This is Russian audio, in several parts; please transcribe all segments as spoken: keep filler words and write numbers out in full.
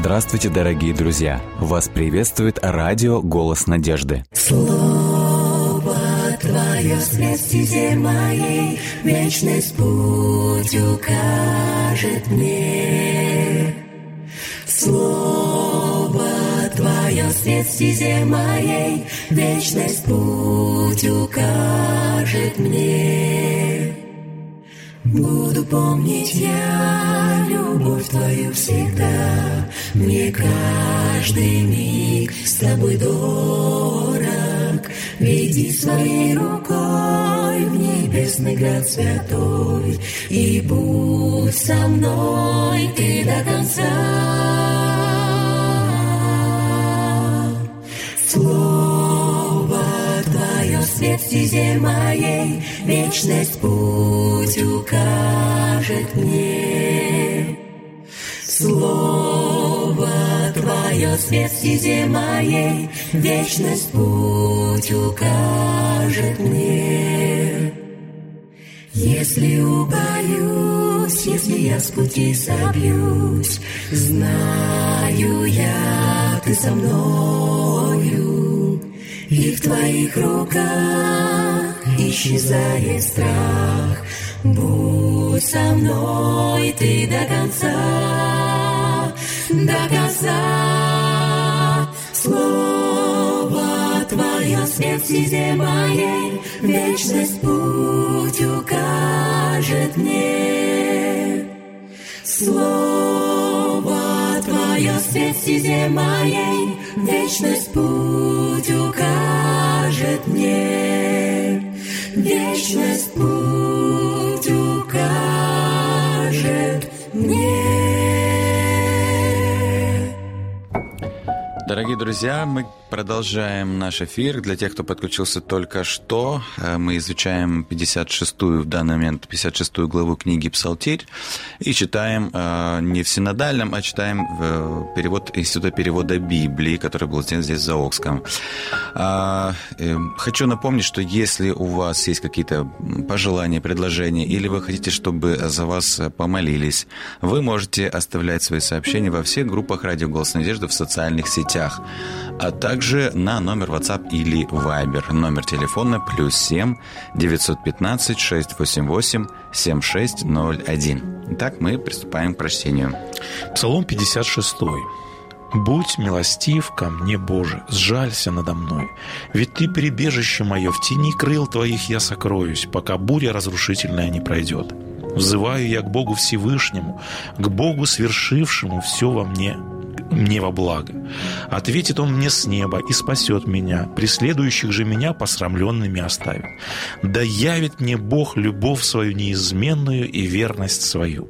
Здравствуйте, дорогие друзья! Вас приветствует радио «Голос надежды». Слово Твое, свет стезе моей, вечность путь укажет мне. Слово Твое, свет стезе моей, вечность путь укажет мне. Буду помнить я любовь Твою всегда, мне каждый миг с Тобой дорог. Веди своей рукой в небесный град святой, и будь со мной Ты до конца. Слово Твое, свет стезе моей, вечность путь укажет мне. Слово Твое, свет стезе моей, вечность путь укажет мне. Если убоюсь, если я с пути собьюсь, знаю я, Ты со мною, и в Твоих руках исчезает страх. Будь со мной Ты до конца, до конца. Слово Твое, свет стезе моей, вечность путь укажет мне. Слово Твое, свет стезе моей, вечность путь укажет мне. Вечность путь укажет мне. Дорогие друзья, мы продолжаем наш эфир. Для тех, кто подключился только что, мы изучаем пятьдесят шестую, в данный момент пятьдесят шестую главу книги «Псалтирь» и читаем не в синодальном, а читаем перевод Института перевода Библии, который был сделан здесь в Заокском. Хочу напомнить, что если у вас есть какие-то пожелания, предложения, или вы хотите, чтобы за вас помолились, вы можете оставлять свои сообщения во всех группах «Радио Голос Надежды» в социальных сетях, а также на номер WhatsApp или Viber. Номер телефона плюс семь девятьсот пятнадцать шестьсот восемьдесят восемь семьдесят шесть ноль один. Итак, мы приступаем к прочтению. Псалом пятьдесят шесть. «Будь милостив ко мне, Боже, сжалься надо мной, ведь Ты прибежище мое, в тени крыл Твоих я сокроюсь, пока буря разрушительная не пройдет. Взываю я к Богу Всевышнему, к Богу, свершившему все во мне, мне во благо. Ответит Он мне с неба и спасет меня, преследующих же меня посрамленными оставит. Да явит мне Бог любовь свою неизменную и верность свою.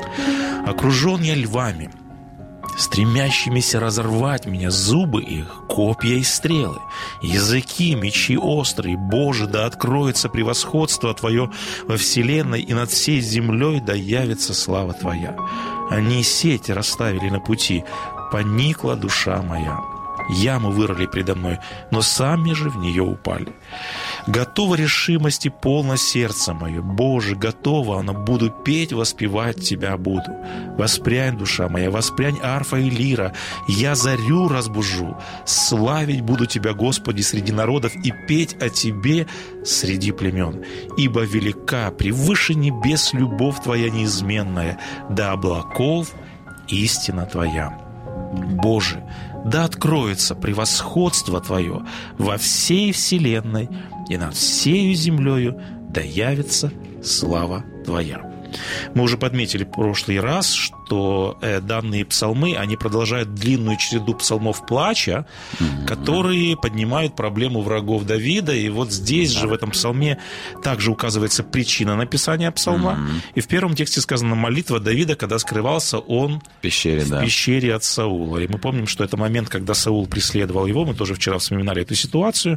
Окружен я львами, стремящимися разорвать меня, зубы их, копья и стрелы, языки, мечи острые. Боже, да откроется превосходство Твое во вселенной, и над всей землей да явится слава Твоя. Они сеть расставили на пути, поникла душа моя. Ямы вырыли предо мной, но сами же в нее упали. Готова решимости полно сердце мое. Боже, готово оно, буду петь, воспевать Тебя буду. Воспрянь, душа моя, воспрянь, арфа и лира, я зарю разбужу. Славить буду Тебя, Господи, среди народов, и петь о Тебе среди племен. Ибо велика, превыше небес любовь Твоя неизменная, до облаков истина Твоя. Боже, да откроется превосходство Твое во всей вселенной, и над всею землею да явится слава Твоя». Мы уже подметили в прошлый раз, что э, данные псалмы, они продолжают длинную череду псалмов плача, mm-hmm. которые поднимают проблему врагов Давида. И вот здесь же, в этом псалме, также указывается причина написания псалма. Mm-hmm. И в первом тексте сказано: молитва Давида, когда скрывался он в пещере, в да. пещере от Саула. И мы помним, что это момент, когда Саул преследовал его. Мы тоже вчера вспоминали эту ситуацию.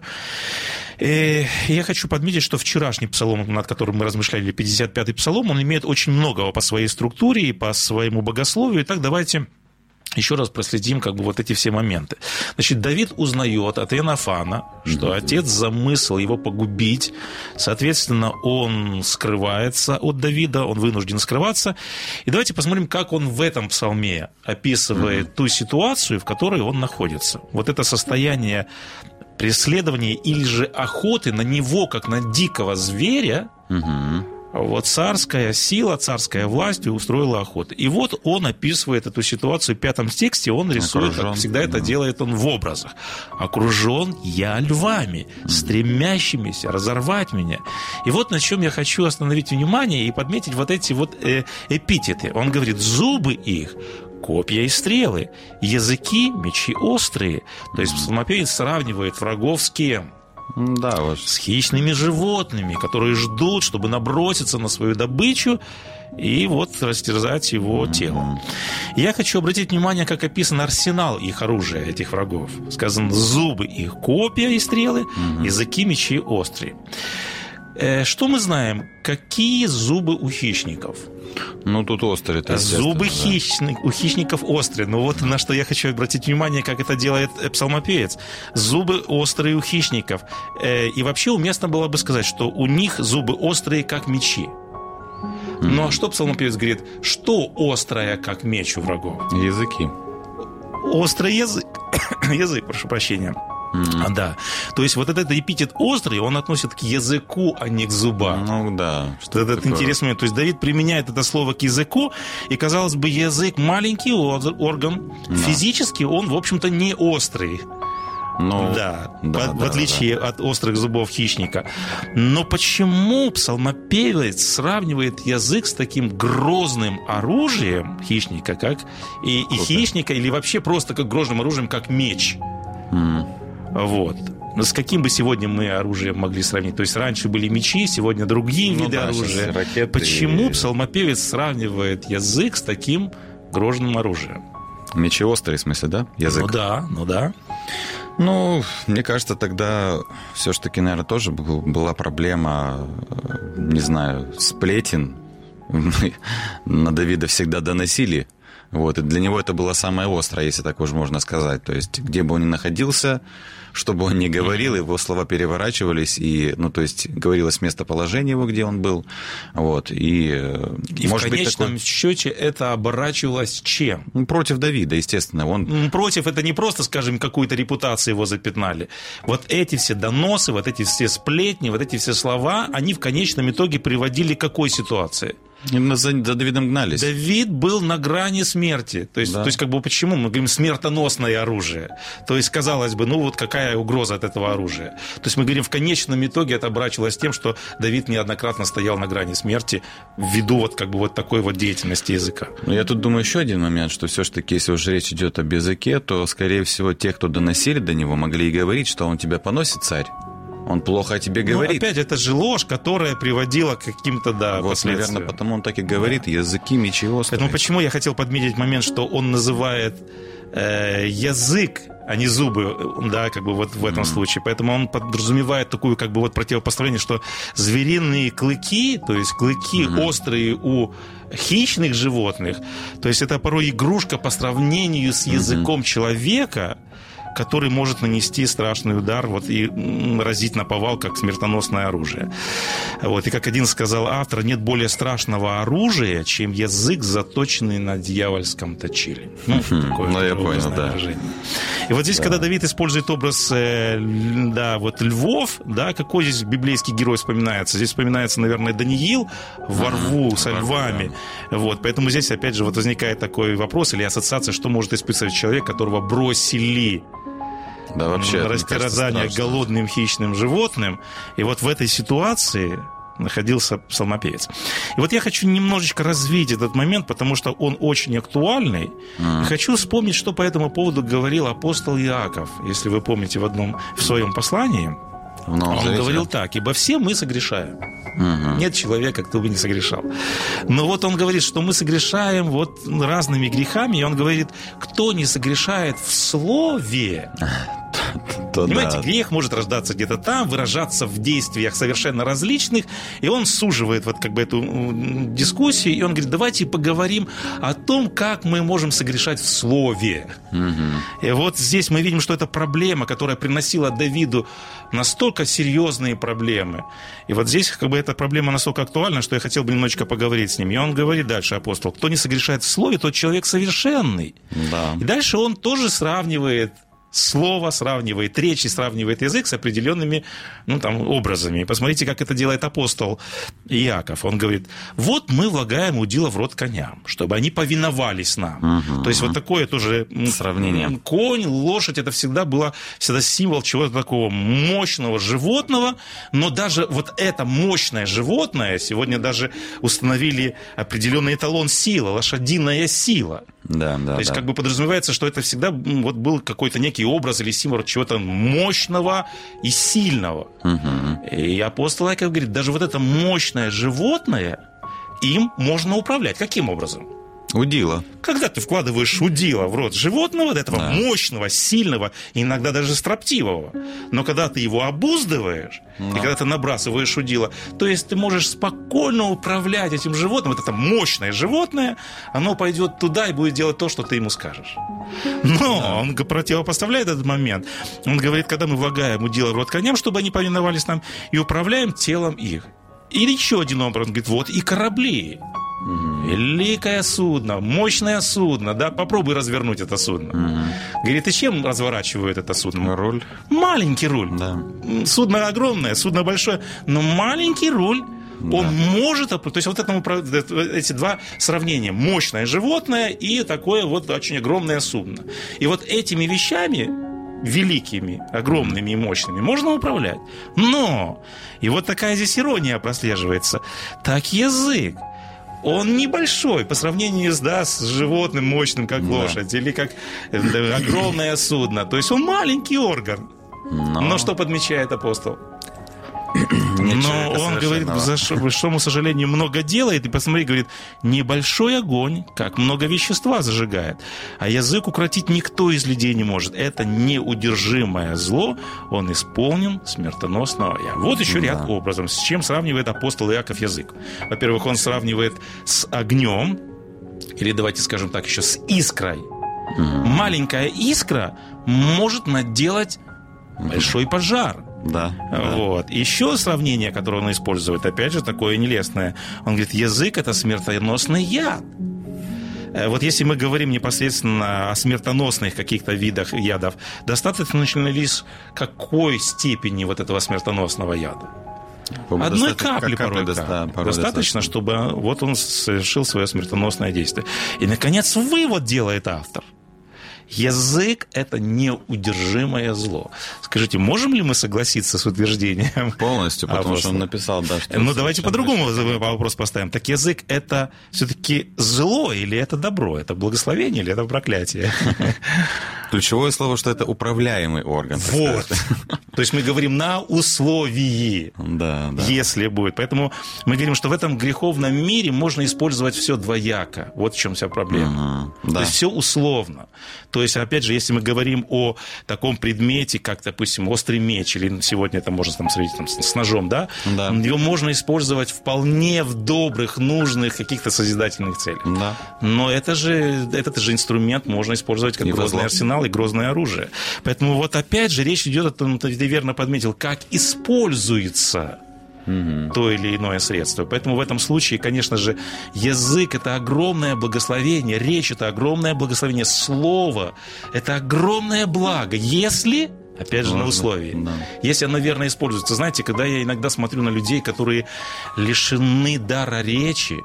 И я хочу подметить, что вчерашний псалом, над которым мы размышляли, пятьдесят пятый псалом, он имеет очень многого по своей структуре и по своему богословию. Итак, давайте еще раз проследим как бы вот эти все моменты. Значит, Давид узнает от Иоаннафана, что mm-hmm. отец замыслил его погубить. Соответственно, он скрывается от Давида, он вынужден скрываться. И давайте посмотрим, как он в этом псалме описывает mm-hmm. ту ситуацию, в которой он находится. Вот это состояние преследования или же охоты на него, как на дикого зверя, mm-hmm. вот царская сила, царская власть устроила охоту. И вот он описывает эту ситуацию в пятом тексте, он рисует, окружен, как всегда это да. делает он в образах. «Окружен я львами, стремящимися разорвать меня». И вот на чем я хочу остановить внимание и подметить вот эти вот эпитеты. Он говорит: «Зубы их копья и стрелы, языки мечи острые». То есть псалмопевец сравнивает врагов с кем? Да, вот. С хищными животными, которые ждут, чтобы наброситься на свою добычу и вот растерзать его тело. Я хочу обратить внимание, как описан арсенал их оружия, этих врагов. Сказано: зубы их копья и стрелы, mm-hmm. языки мечи острые. Что мы знаем? Какие зубы у хищников? Ну, тут острые. Зубы хищник, да. у хищников острые. Но вот на что я хочу обратить внимание, как это делает псалмопевец. Зубы острые у хищников. И вообще уместно было бы сказать, что у них зубы острые, как мечи. Но что псалмопевец говорит? Что острое, как меч у врагов? Языки. Острый язык. Язык, прошу прощения. Mm-hmm. А, да. То есть вот этот эпитет острый, он относит к языку, а не к зубам. Ну да. Что это этот интересный момент. То есть Давид применяет это слово к языку, и, казалось бы, язык маленький орган. Да. Физически он, в общем-то, не острый. Ну, да, да, в, да, в отличие да. от острых зубов хищника. Но почему псалмопевец сравнивает язык с таким грозным оружием хищника, как и, и хищника, или вообще просто как грозным оружием, как меч? Mm. Вот. С каким бы сегодня мы оружием могли сравнить? То есть раньше были мечи, сегодня другие ну, виды да, оружия. Почему и... псалмопевец сравнивает язык с таким грозным оружием? Мечи острые, в смысле, да? Язык. Ну да, ну да. Ну, мне кажется, тогда все-таки, наверное, тоже была проблема, не знаю, сплетен. На Давида всегда доносили. Вот, и для него это было самое острое, если так уж можно сказать. То есть, где бы он ни находился, что бы он ни говорил, его слова переворачивались, и, ну, то есть, говорилось местоположение его, где он был. Вот, и, и может в конечном быть, такой... счете это оборачивалось чем? Ну, против Давида, естественно. Он... Против, это не просто, скажем, какую-то репутацию его запятнали. Вот эти все доносы, вот эти все сплетни, вот эти все слова, они в конечном итоге приводили к какой ситуации? Именно за, за Давидом гнались. Давид был на грани смерти. То есть, да. то есть, как бы, почему мы говорим смертоносное оружие? То есть, казалось бы, ну вот какая угроза от этого оружия? То есть, мы говорим, в конечном итоге это оборачивалось тем, что Давид неоднократно стоял на грани смерти ввиду вот, как бы, вот такой вот деятельности языка. Но я тут думаю еще один момент, что все-таки, если уж речь идет об языке, то, скорее всего, те, кто доносили до него, могли и говорить, что он тебя поносит, царь. Он плохо о тебе говорит. Ну, опять, это же ложь, которая приводила к каким-то, да, вот, последствиям. Наверное, потому он так и говорит, да. Языки, мечи острые. Поэтому почему я хотел подметить момент, что он называет э, язык, а не зубы, да, как бы вот в этом mm-hmm. случае. Поэтому он подразумевает такую, как бы вот противопоставление, что звериные клыки, то есть клыки mm-hmm. острые у хищных животных, то есть это порой игрушка по сравнению с языком mm-hmm. человека, который может нанести страшный удар вот, и разить наповал, как смертоносное оружие. Вот, и как один сказал автор, нет более страшного оружия, чем язык, заточенный на дьявольском точиле. Ну, такое ну я понял, да. выражение. И вот здесь, да. когда Давид использует образ э, да, вот львов, да, какой здесь библейский герой вспоминается? Здесь вспоминается, наверное, Даниил во рву со львами. Да. Вот, поэтому здесь, опять же, вот возникает такой вопрос или ассоциация, что может испытывать человек, которого бросили да, вообще, растерзание голодным хищным животным. И вот в этой ситуации находился псалмопевец. И вот я хочу немножечко развить этот момент, потому что он очень актуальный. Mm. И хочу вспомнить, что по этому поводу говорил апостол Иаков, если вы помните в одном в своем послании. No, он зависит. говорил так: ибо все мы согрешаем. Uh-huh. Нет человека, кто бы не согрешал. Но вот он говорит, что мы согрешаем вот разными грехами, и он говорит, кто не согрешает в слове, То Понимаете, да. грех может рождаться где-то там, выражаться в действиях совершенно различных, и он суживает вот как бы эту дискуссию, и он говорит, давайте поговорим о том, как мы можем согрешать в слове. Угу. И вот здесь мы видим, что это проблема, которая приносила Давиду настолько серьезные проблемы. И вот здесь как бы эта проблема настолько актуальна, что я хотел бы немножечко поговорить с ним. И он говорит дальше, апостол, кто не согрешает в слове, тот человек совершенный. Да. И дальше он тоже сравнивает слово, сравнивает речь и сравнивает язык с определенными ну, там, образами. И посмотрите, как это делает апостол Иаков. Он говорит, вот мы влагаем удила в рот коням, чтобы они повиновались нам. Угу. То есть вот такое тоже сравнение. Конь, лошадь, это всегда было всегда символ чего-то такого мощного животного, но даже вот это мощное животное, сегодня даже установили определенный эталон силы, лошадиная сила. Да, да, То есть да. как бы подразумевается, что это всегда вот был какой-то некий образ или символ чего-то мощного и сильного. Угу. И апостол Иаков говорит, даже вот это мощное животное, им можно управлять. Каким образом? Удила. Когда ты вкладываешь удила в рот животного, этого да. мощного, сильного, иногда даже строптивого, но когда ты его обуздываешь, да. и когда ты набрасываешь удила, то есть ты можешь спокойно управлять этим животным, вот это мощное животное, оно пойдет туда и будет делать то, что ты ему скажешь. Но да. он противопоставляет этот момент. Он говорит, когда мы влагаем удила в рот коням, чтобы они повиновались нам, и управляем телом их. Или еще один образ, он говорит, вот и корабли. Угу. Великое судно, мощное судно, да, попробуй развернуть это судно. Угу. Говорит, и чем разворачивают это судно? Руль. Маленький руль. Да. Судно огромное, судно большое, но маленький руль. Да. Он может, то есть вот этому, эти два сравнения, мощное животное и такое вот очень огромное судно. И вот этими вещами великими, огромными и мощными можно управлять. Но, и вот такая здесь ирония прослеживается, так язык, он небольшой по сравнению с, да, с животным мощным, как лошадь, да. или как да, огромное судно. То есть он маленький орган. Но, Но что подмечает апостол? Но он говорит, за что, к большому сожалению, много делает. И посмотри, говорит, небольшой огонь, как много вещества зажигает. А язык укротить никто из людей не может. Это неудержимое зло. Он исполнен смертоносного я. Вот еще да. ряд образов. С чем сравнивает апостол Иаков язык? Во-первых, он сравнивает с огнем. Или давайте скажем так, еще с искрой. Угу. Маленькая искра может наделать большой пожар. Да, вот. да. Еще сравнение, которое он использует, опять же, такое нелестное. Он говорит, язык – это смертоносный яд. Вот если мы говорим непосредственно о смертоносных каких-то видах ядов, достаточно лишь какой степени вот этого смертоносного яда? Одной капли порой доста, да. порой достаточно, достаточно, чтобы вот он совершил свое смертоносное действие. И, наконец, вывод делает автор. Язык – это неудержимое зло. Скажите, можем ли мы согласиться с утверждением? Полностью, потому апостола? Что он написал, да, что... Ну, давайте по-другому вопрос поставим. Так язык – это все-таки зло или это добро? Это благословение или это проклятие? Ключевое слово, что это управляемый орган. Вот. То есть мы говорим на условии, да, да. если будет. Поэтому мы говорим, что в этом греховном мире можно использовать все двояко. Вот в чем вся проблема. Угу, да. То есть все условно. То есть, опять же, если мы говорим о таком предмете, как, допустим, острый меч, или сегодня это можно там, сравнить там, с ножом, да? Да. Его можно использовать вполне в добрых, нужных, каких-то созидательных целях. Да. Но это же, этот же инструмент можно использовать как и грозный арсенал и грозное оружие. Поэтому вот опять же речь идет о том, ты верно подметил, как используется угу. то или иное средство. Поэтому в этом случае, конечно же, язык – это огромное благословение, речь – это огромное благословение, слово – это огромное благо, если… Опять же, Важно. на условии. Да. Если оно верно используется. Знаете, когда я иногда смотрю на людей, которые лишены дара речи,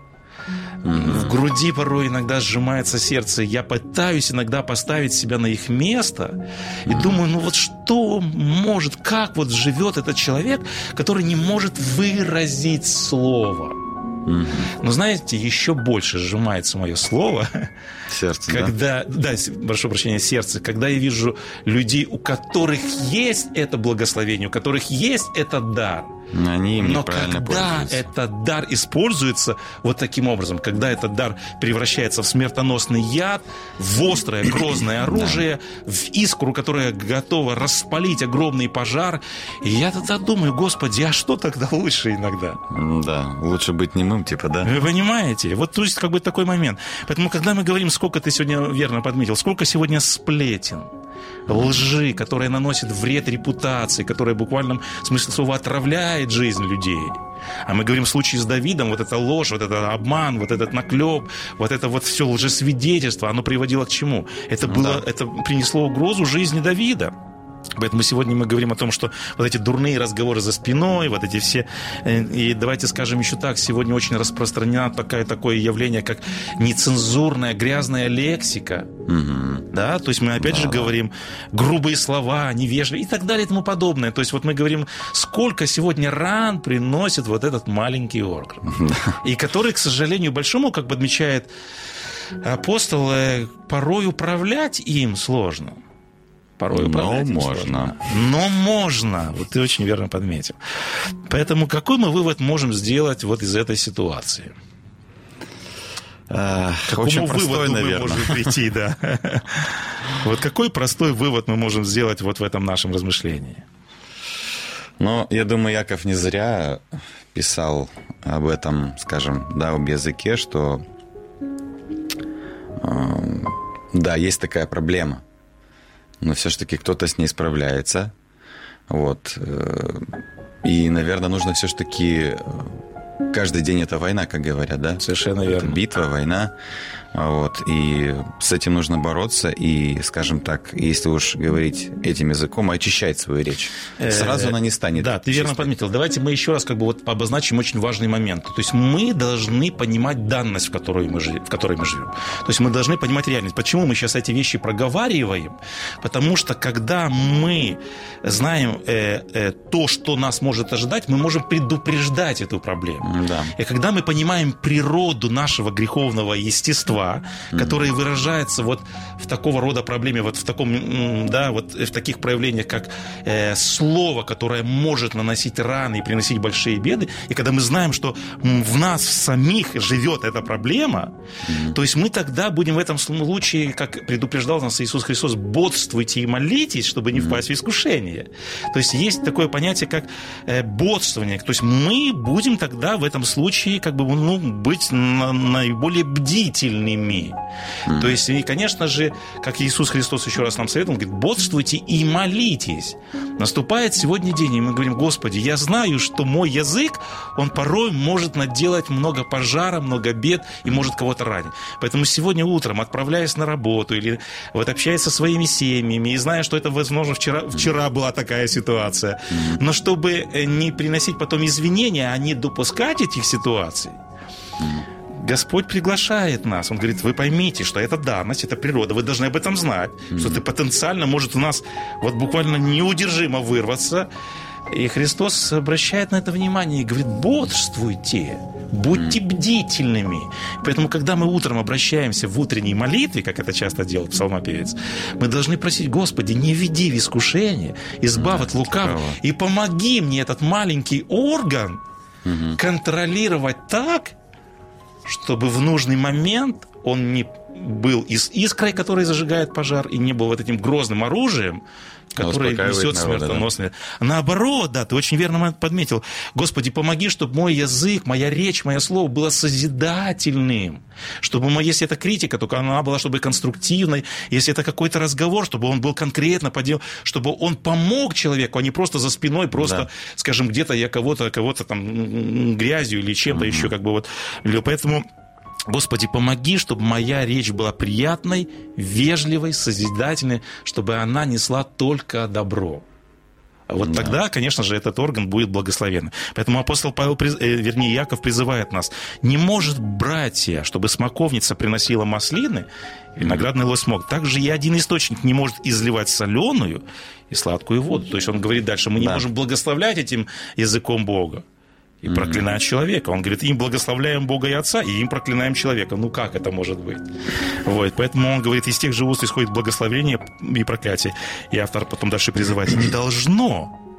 mm-hmm. в груди порой иногда сжимается сердце. Я пытаюсь иногда поставить себя на их место и mm-hmm. думаю, ну вот что может, как вот живет этот человек, который не может выразить слово. Mm-hmm. Но знаете, еще больше сжимается мое слово, сердце, когда, да? Да, прошу прощения, сердце, когда я вижу людей, у которых есть это благословение, у которых есть этот дар, Они им Но неправильно когда пользуются. этот дар используется вот таким образом, когда этот дар превращается в смертоносный яд, в острое грозное оружие, в искру, которая готова распалить огромный пожар, и я тогда думаю, Господи, а что тогда лучше иногда? Да, лучше быть немым, типа, да? Вы понимаете? Вот то есть как бы такой момент. Поэтому, когда мы говорим, сколько ты сегодня верно подметил, сколько сегодня сплетен, лжи, которая наносит вред репутации, которая в буквальном смысле слова отравляет жизнь людей. А мы говорим в случае с Давидом, вот эта ложь, вот этот обман, вот этот наклеп, вот это вот все лжесвидетельство, оно приводило к чему? Это, было, да. это принесло угрозу жизни Давида. Поэтому сегодня мы говорим о том, что вот эти дурные разговоры за спиной, вот эти все... И давайте скажем еще так, сегодня очень распространено такое, такое явление, как нецензурная, грязная лексика. Угу. Да, то есть мы опять да. же говорим грубые слова, невежливые и так далее и тому подобное. То есть вот мы говорим, сколько сегодня ран приносит вот этот маленький орган. И который, к сожалению, большому, как подмечает апостол, порой управлять им сложно. Порой управлять Но можно. Сложно. Но можно. Вот ты очень верно подметил. Поэтому какой мы вывод можем сделать вот из этой ситуации? А, Какому очень простой, наверное. Мы можем прийти, да? Вот какой простой вывод мы можем сделать вот в этом нашем размышлении? Ну, я думаю, Яков не зря писал об этом, скажем, да, об языке, что э, да, есть такая проблема. Но все-таки кто-то с ней справляется. Вот. И, наверное, нужно все-таки... Каждый день это война, как говорят, да? Совершенно верно. Это битва, война. Вот. И с этим нужно бороться. И, скажем так, если уж говорить этим языком, очищать свою речь. Сразу она не станет. Да, ты верно подметил. Давайте мы еще раз как бы вот обозначим очень важный момент. То есть мы должны понимать данность, в которой мы живем. В которой мы живем. То есть мы должны понимать реальность. Почему мы сейчас эти вещи проговариваем? Потому что когда мы знаем э, э, то, что нас может ожидать, мы можем предупреждать эту проблему. Да. И когда мы понимаем природу нашего греховного естества, которое выражается вот в такого рода проблеме, вот в таком, да, вот в таких проявлениях, как э, слово, которое может наносить раны и приносить большие беды, и когда мы знаем, что в нас самих живет эта проблема, mm-hmm. то есть мы тогда будем в этом случае, как предупреждал нас Иисус Христос, бодствуйте и молитесь, чтобы не впасть mm-hmm. в искушение. То есть есть такое понятие, как э, бодствование. То есть мы будем тогда в этом случае как бы, ну, быть на, наиболее бдительными. Mm. То есть, и, конечно же, как Иисус Христос еще раз нам советовал, он говорит, бодствуйте и молитесь. Наступает сегодня день, и мы говорим, Господи, я знаю, что мой язык, он порой может наделать много пожара, много бед и может кого-то ранить. Поэтому сегодня утром, отправляясь на работу или вот общаясь со своими семьями, и зная, что это, возможно, вчера, вчера была такая ситуация, mm. но чтобы не приносить потом извинения, а не допускать этих ситуаций, mm. Господь приглашает нас. Он говорит, вы поймите, что это данность, это природа. Вы должны об этом знать, mm-hmm. что это потенциально может у нас вот буквально неудержимо вырваться. И Христос обращает на это внимание и говорит, бодрствуйте, будьте бдительными. Поэтому, когда мы утром обращаемся в утренней молитве, как это часто делает псалмопевец, мы должны просить, Господи, не введи в искушение, избавь от лукавого, и помоги мне этот маленький орган mm-hmm. контролировать так, чтобы в нужный момент он не был искрой, которая зажигает пожар, и не был вот этим грозным оружием, которое несет смертоносное. Да? Наоборот, да, ты очень верно подметил. Господи, помоги, чтобы мой язык, моя речь, мое слово было созидательным. Чтобы, если это критика, то она была, чтобы конструктивной. Если это какой-то разговор, чтобы он был конкретно подел, чтобы он помог человеку, а не просто за спиной, просто, да. скажем, где-то я кого-то, кого-то там грязью или чем-то угу. еще как бы вот. Поэтому... Господи, помоги, чтобы моя речь была приятной, вежливой, созидательной, чтобы она несла только добро. Вот да. тогда, конечно же, этот орган будет благословенным. Поэтому апостол Павел, вернее, Яков призывает нас. Не может, братья, чтобы смоковница приносила маслины, виноградный лозь мог. Также и один источник не может изливать соленую и сладкую воду. То есть он говорит дальше, мы не да. можем благословлять этим языком Бога. И mm-hmm. проклинают человека. Он говорит, им благословляем Бога и Отца, и им проклинаем человека. Ну, как это может быть? Вот. Поэтому он говорит, из тех же уст исходит благословение и проклятие. И автор потом дальше призывает, не должно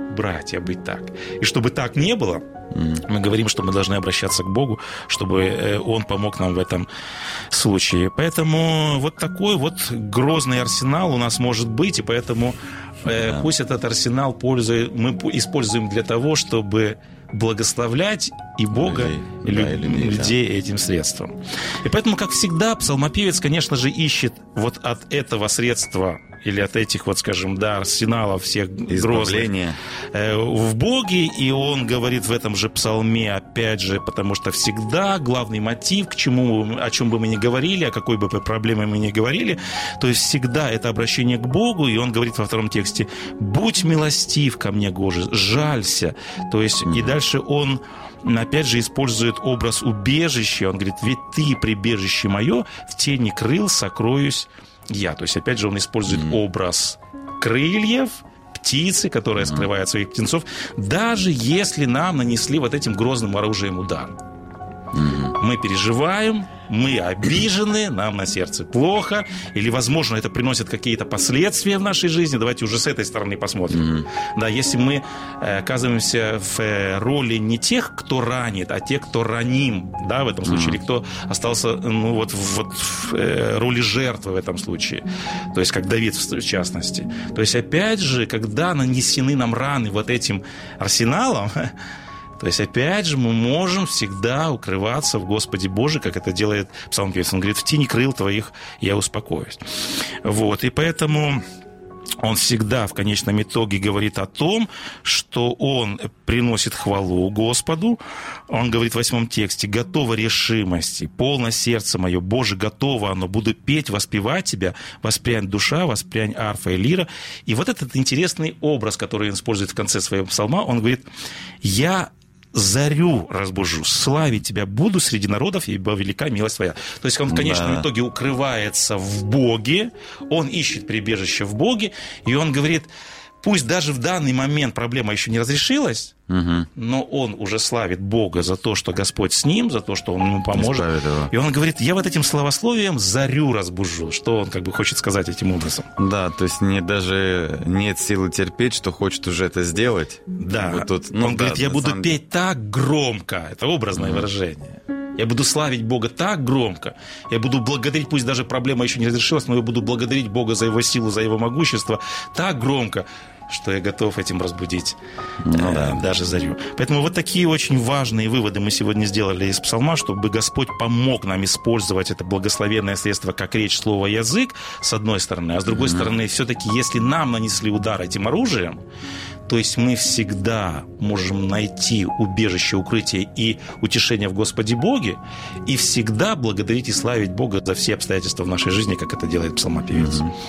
братья, быть так. И чтобы так не было, мы говорим, что мы должны обращаться к Богу, чтобы Он помог нам в этом случае. Поэтому вот такой вот грозный арсенал у нас может быть, и поэтому да. пусть этот арсенал пользует, мы используем для того, чтобы благословлять и Бога, людей, и да, людей, людей да. этим средством. И поэтому, как всегда, псалмопевец, конечно же, ищет вот от этого средства или от этих, вот, скажем, да, арсеналов всех грозных э, в Боге, и он говорит в этом же псалме, опять же, потому что всегда главный мотив, к чему, о чем бы мы ни говорили, о какой бы проблеме мы ни говорили, то есть всегда это обращение к Богу, и он говорит во втором тексте: «Будь милостив ко мне, Боже, жалься». То есть, mm-hmm. и дальше он опять же использует образ убежища, он говорит: «Ведь ты, прибежище мое, в тени крыл сокроюсь я». То есть, опять же, он использует mm-hmm. образ крыльев, птицы, которая mm-hmm. скрывает своих птенцов, даже если нам нанесли вот этим грозным оружием удар. Mm-hmm. Мы переживаем, мы обижены, нам на сердце плохо, или, возможно, это приносит какие-то последствия в нашей жизни. Давайте уже с этой стороны посмотрим. Mm-hmm. Да, если мы оказываемся в роли не тех, кто ранит, а тех, кто раним, да, в этом случае, mm-hmm. или кто остался, ну, вот, вот в роли жертвы в этом случае, то есть как Давид в частности. То есть, опять же, когда нанесены нам раны вот этим арсеналом, то есть, опять же, мы можем всегда укрываться в Господе Боже, как это делает псалмопевец. Он говорит: «В тени крыл твоих я успокоюсь». Вот, и поэтому он всегда в конечном итоге говорит о том, что он приносит хвалу Господу. Он говорит в восьмом тексте: «Готова решимости, полно сердце мое, Боже, готово оно, буду петь, воспевать Тебя, воспрянь душа, воспрянь арфа и лира». И вот этот интересный образ, который он использует в конце своего псалма, он говорит: «Я зарю разбужу, славить Тебя буду среди народов, ибо велика милость Твоя». То есть он в конечном да. итоге укрывается в Боге, он ищет прибежище в Боге, и он говорит: пусть даже в данный момент проблема еще не разрешилась, угу. но он уже славит Бога за то, что Господь с ним, за то, что Он ему поможет. И он говорит: я вот этим словословием зарю разбужу. Что он как бы хочет сказать этим образом? Да, то есть не, даже нет силы терпеть, что хочет уже это сделать. Да, вот тут, ну, он да, говорит: я буду самом... петь так громко. Это образное угу. выражение. Я буду славить Бога так громко. Я буду благодарить, пусть даже проблема еще не разрешилась, но я буду благодарить Бога за Его силу, за Его могущество так громко, что я готов этим разбудить ну, э, да. даже зарю. Поэтому вот такие очень важные выводы мы сегодня сделали из псалма, чтобы Господь помог нам использовать это благословенное средство, как речь, слово, язык, с одной стороны, а с другой mm-hmm. стороны, все-таки, если нам нанесли удар этим оружием, то есть мы всегда можем найти убежище, укрытие и утешение в Господе Боге, и всегда благодарить и славить Бога за все обстоятельства в нашей жизни, как это делает псалмопевец. Mm-hmm.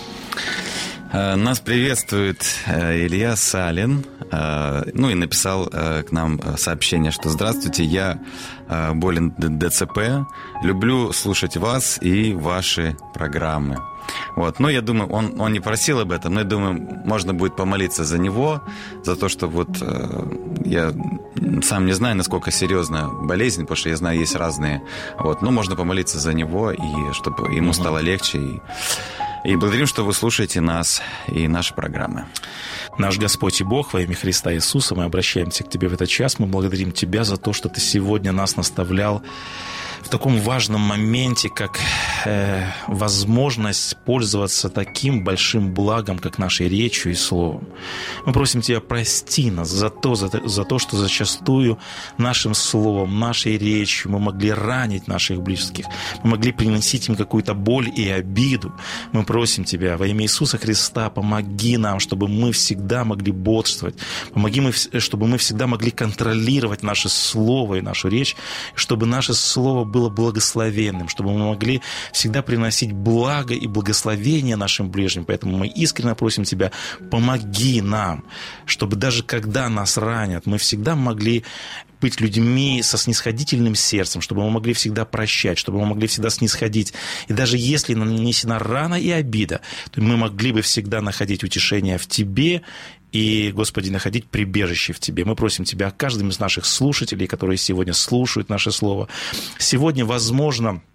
Нас приветствует Илья Салин, ну и написал к нам сообщение, что: «Здравствуйте, я болен ДЦП, люблю слушать вас и ваши программы». Вот. Но я думаю, он, он не просил об этом, но я думаю, можно будет помолиться за него, за то, что вот я сам не знаю, насколько серьезна болезнь, потому что я знаю, есть разные. Вот. Но можно помолиться за него, и чтобы ему стало легче. И... И благодарим, что вы слушаете нас и наши программы. Наш Господь и Бог, во имя Христа Иисуса, мы обращаемся к Тебе в этот час. Мы благодарим Тебя за то, что Ты сегодня нас наставлял в таком важном моменте, как э, возможность пользоваться таким большим благом, как нашей речью и словом. Мы просим Тебя: прости нас за то, за, за то, что зачастую нашим словом, нашей речью мы могли ранить наших близких, мы могли приносить им какую-то боль и обиду. Мы просим Тебя во имя Иисуса Христа: помоги нам, чтобы мы всегда могли бодрствовать, помоги, мы, чтобы мы всегда могли контролировать наше слово и нашу речь, чтобы наше слово было благословенным, чтобы мы могли всегда приносить благо и благословение нашим ближним. Поэтому мы искренне просим Тебя: помоги нам, чтобы даже когда нас ранят, мы всегда могли быть людьми со снисходительным сердцем, чтобы мы могли всегда прощать, чтобы мы могли всегда снисходить. И даже если нанесена рана и обида, то мы могли бы всегда находить утешение в Тебе и, Господи, находить прибежище в Тебе. Мы просим Тебя о каждом из наших слушателей, которые сегодня слушают наше слово. Сегодня, возможно,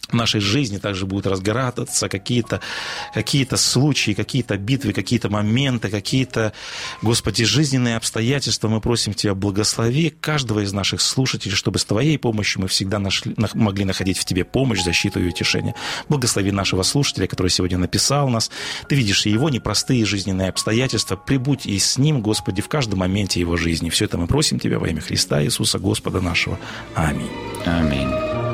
в нашей жизни также будут разгораться какие-то, какие-то случаи, какие-то битвы, какие-то моменты, какие-то, Господи, жизненные обстоятельства. Мы просим Тебя, благослови каждого из наших слушателей, чтобы с Твоей помощью мы всегда нашли, могли находить в Тебе помощь, защиту и утешение. Благослови нашего слушателя, который сегодня написал нас. Ты видишь и его непростые жизненные обстоятельства. Прибудь и с ним, Господи, в каждом моменте его жизни. Все это мы просим Тебя во имя Христа Иисуса, Господа нашего. Аминь. Аминь.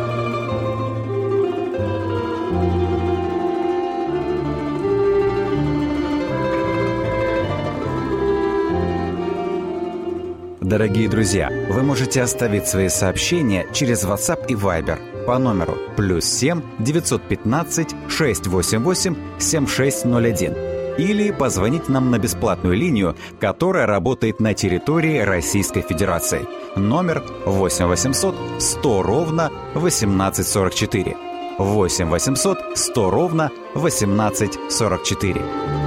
Дорогие друзья, вы можете оставить свои сообщения через WhatsApp и Viber по номеру плюс семь девятьсот пятнадцать шестьсот восемьдесят восемь семьдесят шесть ноль один или позвонить нам на бесплатную линию, которая работает на территории Российской Федерации. Номер восемь восемьсот сто ровно восемнадцать сорок четыре. восемь восемьсот сто ровно восемнадцать сорок четыре.